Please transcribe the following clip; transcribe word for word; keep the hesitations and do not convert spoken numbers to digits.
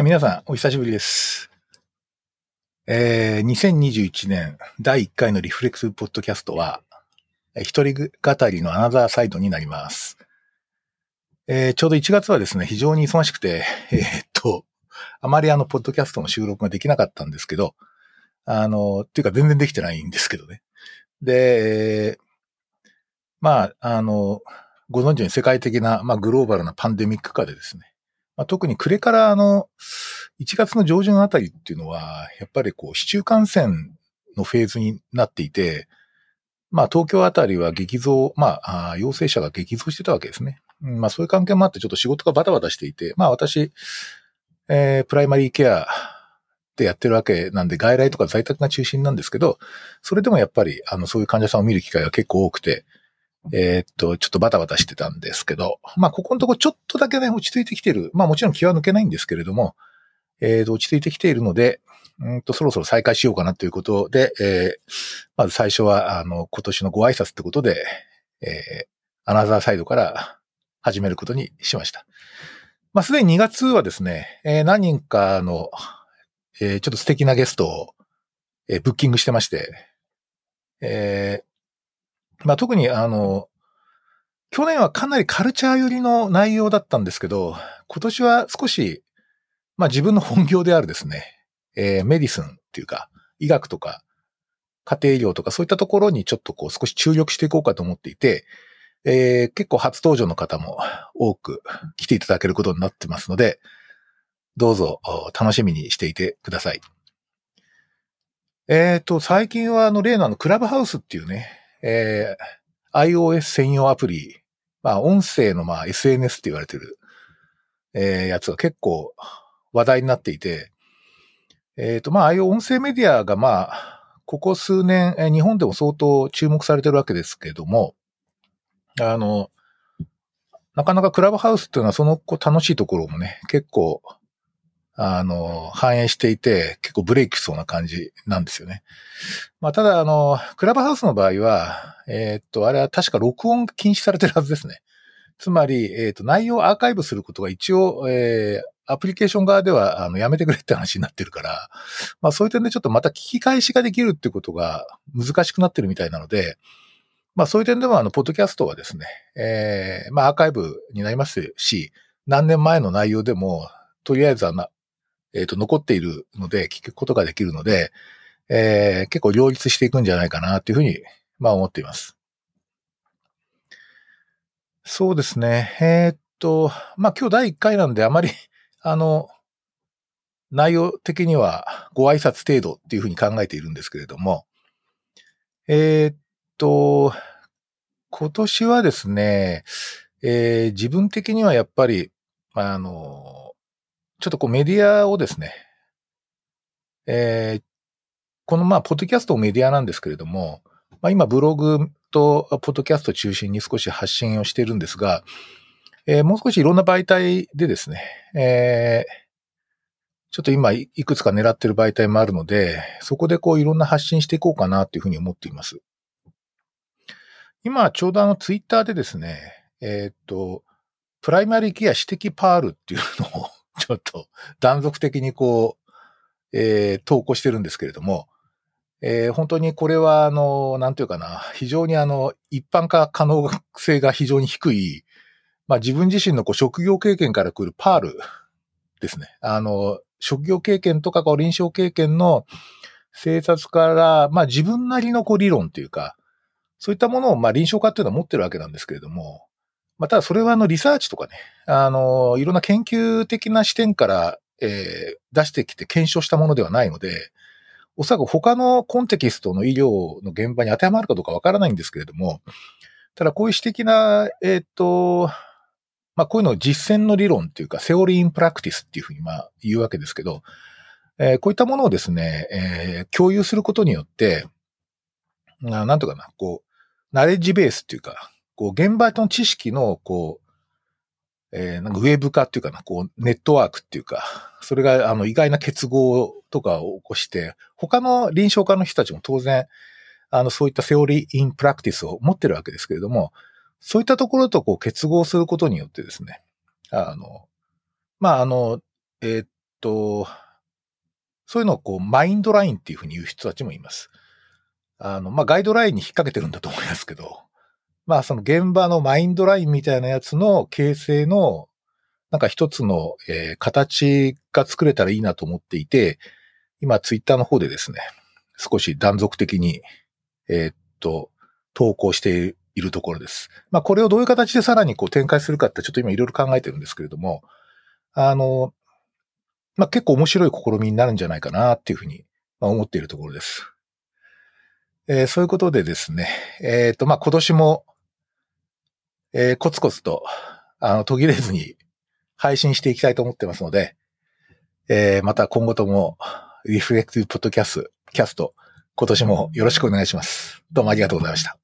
皆さん、お久しぶりです。えー、にせんにじゅういちねんだいいっかいのリフレクスポッドキャストは、一人語りのアナザーサイドになります。えー、ちょうどいちがつはですね、非常に忙しくて、えー、っと、あまりあの、ポッドキャストの収録ができなかったんですけど、あの、っていうか全然できてないんですけどね。で、えーまあ、あの、ご存知の世界的な、まあ、グローバルなパンデミック下でですね、まあ、特に暮れからあの、いちがつの上旬あたりっていうのは、やっぱりこう、市中感染のフェーズになっていて、まあ、東京あたりは激増、まあ、あ陽性者が激増してたわけですね。うん、まあ、そういう関係もあってちょっと仕事がバタバタしていて、まあ、私、えー、プライマリーケアでやってるわけなんで、外来とか在宅が中心なんですけど、それでもやっぱり、あの、そういう患者さんを見る機会が結構多くて、えーっと、ちょっとバタバタしてたんですけど、まあ、ここのところちょっとだけね、落ち着いてきてる。まあ、もちろん気は抜けないんですけれども、えーと、落ち着いてきているので、うんと、そろそろ再開しようかなということで、えー、まず最初は、あの、今年のご挨拶ってことで、えー、アナザーサイドから始めることにしました。まあ、すでににがつはですね、えー、何人かの、えー、ちょっと素敵なゲストを、えー、ブッキングしてまして、えー、まあ、特にあの、去年はかなりカルチャー寄りの内容だったんですけど、今年は少し、まあ自分の本業であるですね、えー、メディスンっていうか、医学とか、家庭医療とかそういったところにちょっとこう少し注力していこうかと思っていて、えー、結構初登場の方も多く来ていただけることになってますので、どうぞ楽しみにしていてください。えっと、最近はあの例のあのクラブハウスっていうね、えー、iOS 専用アプリ、まあ音声のまあ エスエヌエス って言われてる、えー、やつが結構話題になっていて、えっと、まあ、ああいう音声メディアが、まあ、ここ数年、え日本でも相当注目されてるわけですけども、あの、なかなかクラブハウスっていうのはそのこう楽しいところもね、結構、あの、反映していて、結構ブレイクしそうな感じなんですよね。まあ、ただ、あの、クラブハウスの場合は、えっと、あれは確か録音禁止されてるはずですね。つまり、えっと、内容をアーカイブすることが一応、えー、アプリケーション側では、あの、やめてくれって話になってるから、まあそういう点でちょっとまた聞き返しができるってことが難しくなってるみたいなので、まあそういう点では、あの、ポッドキャストはですね、えー、まあアーカイブになりますし、何年前の内容でも、とりあえずはな、えっと、残っているので、聞くことができるので、えー、結構両立していくんじゃないかなっていうふうに、まあ思っています。そうですね。えーっと、まあ今日だいいっかいなんであまり、あの、内容的にはご挨拶程度っていうふうに考えているんですけれども、えーっと、今年はですね、えー自分的にはやっぱり、あの、ちょっとこうメディアをですね、えーこのまあ、ポッドキャストもメディアなんですけれども、まあ今ブログとポッドキャスト中心に少し発信をしているんですが、えーもう少しいろんな媒体でですね、えーちょっと今いくつか狙ってる媒体もあるので、そこでこういろんな発信していこうかなというふうに思っています。今ちょうどあのツイッターでですね、えーっと、プライマリーケア指摘パールっていうのをちょっと断続的にこう、えー、投稿してるんですけれども、えー本当にこれはあの、なんていうかな、非常にあの、一般化可能性が非常に低い、まあ自分自身のこう職業経験から来るパールですね。あの、職業経験とかこう臨床経験の生察から、まあ自分なりのこう理論というか、そういったものをまあ臨床家っていうのは持ってるわけなんですけれども、まあただそれはあのリサーチとかね、あの、いろんな研究的な視点から、えー出してきて検証したものではないので、おそらく他のコンテキストの医療の現場に当てはまるかどうかわからないんですけれども、ただこういう指摘な、えっ、と、まあこういうのを実践の理論っていうか、セオリーインプラクティスっていうふうにまあ言うわけですけど、えーこういったものをですね、えー共有することによって、ななんとかな、こう、ナレッジベースっていうか、こう、現場の知識の、こう、えーなんかウェブ化っていうかな、こう、ネットワークっていうか、それが、あの、意外な結合とかを起こして、他の臨床家の人たちも当然、あの、そういったセオリーインプラクティスを持ってるわけですけれども、そういったところとこう結合することによってですね、あの、まあ、あの、えーっと、そういうのをこう、マインドラインっていうふうに言う人たちもいます。あの、まあ、ガイドラインに引っ掛けてるんだと思いますけど、まあ、その現場のマインドラインみたいなやつの形成の、なんか一つの、えー、形が作れたらいいなと思っていて、今、ツイッターの方でですね、少し断続的に、えー、っと、投稿しているところです。まあ、これをどういう形でさらにこう展開するかってちょっと今いろいろ考えてるんですけれども、あの、まあ、結構面白い試みになるんじゃないかなっていうふうに思っているところです。えー、そういうことでですね、えっと、まあ、今年も、えー、コツコツと、あの、途切れずに配信していきたいと思ってますので、えー、また今後とも、リフレクティブポッドキャスト、キャスト、今年もよろしくお願いします。どうもありがとうございました。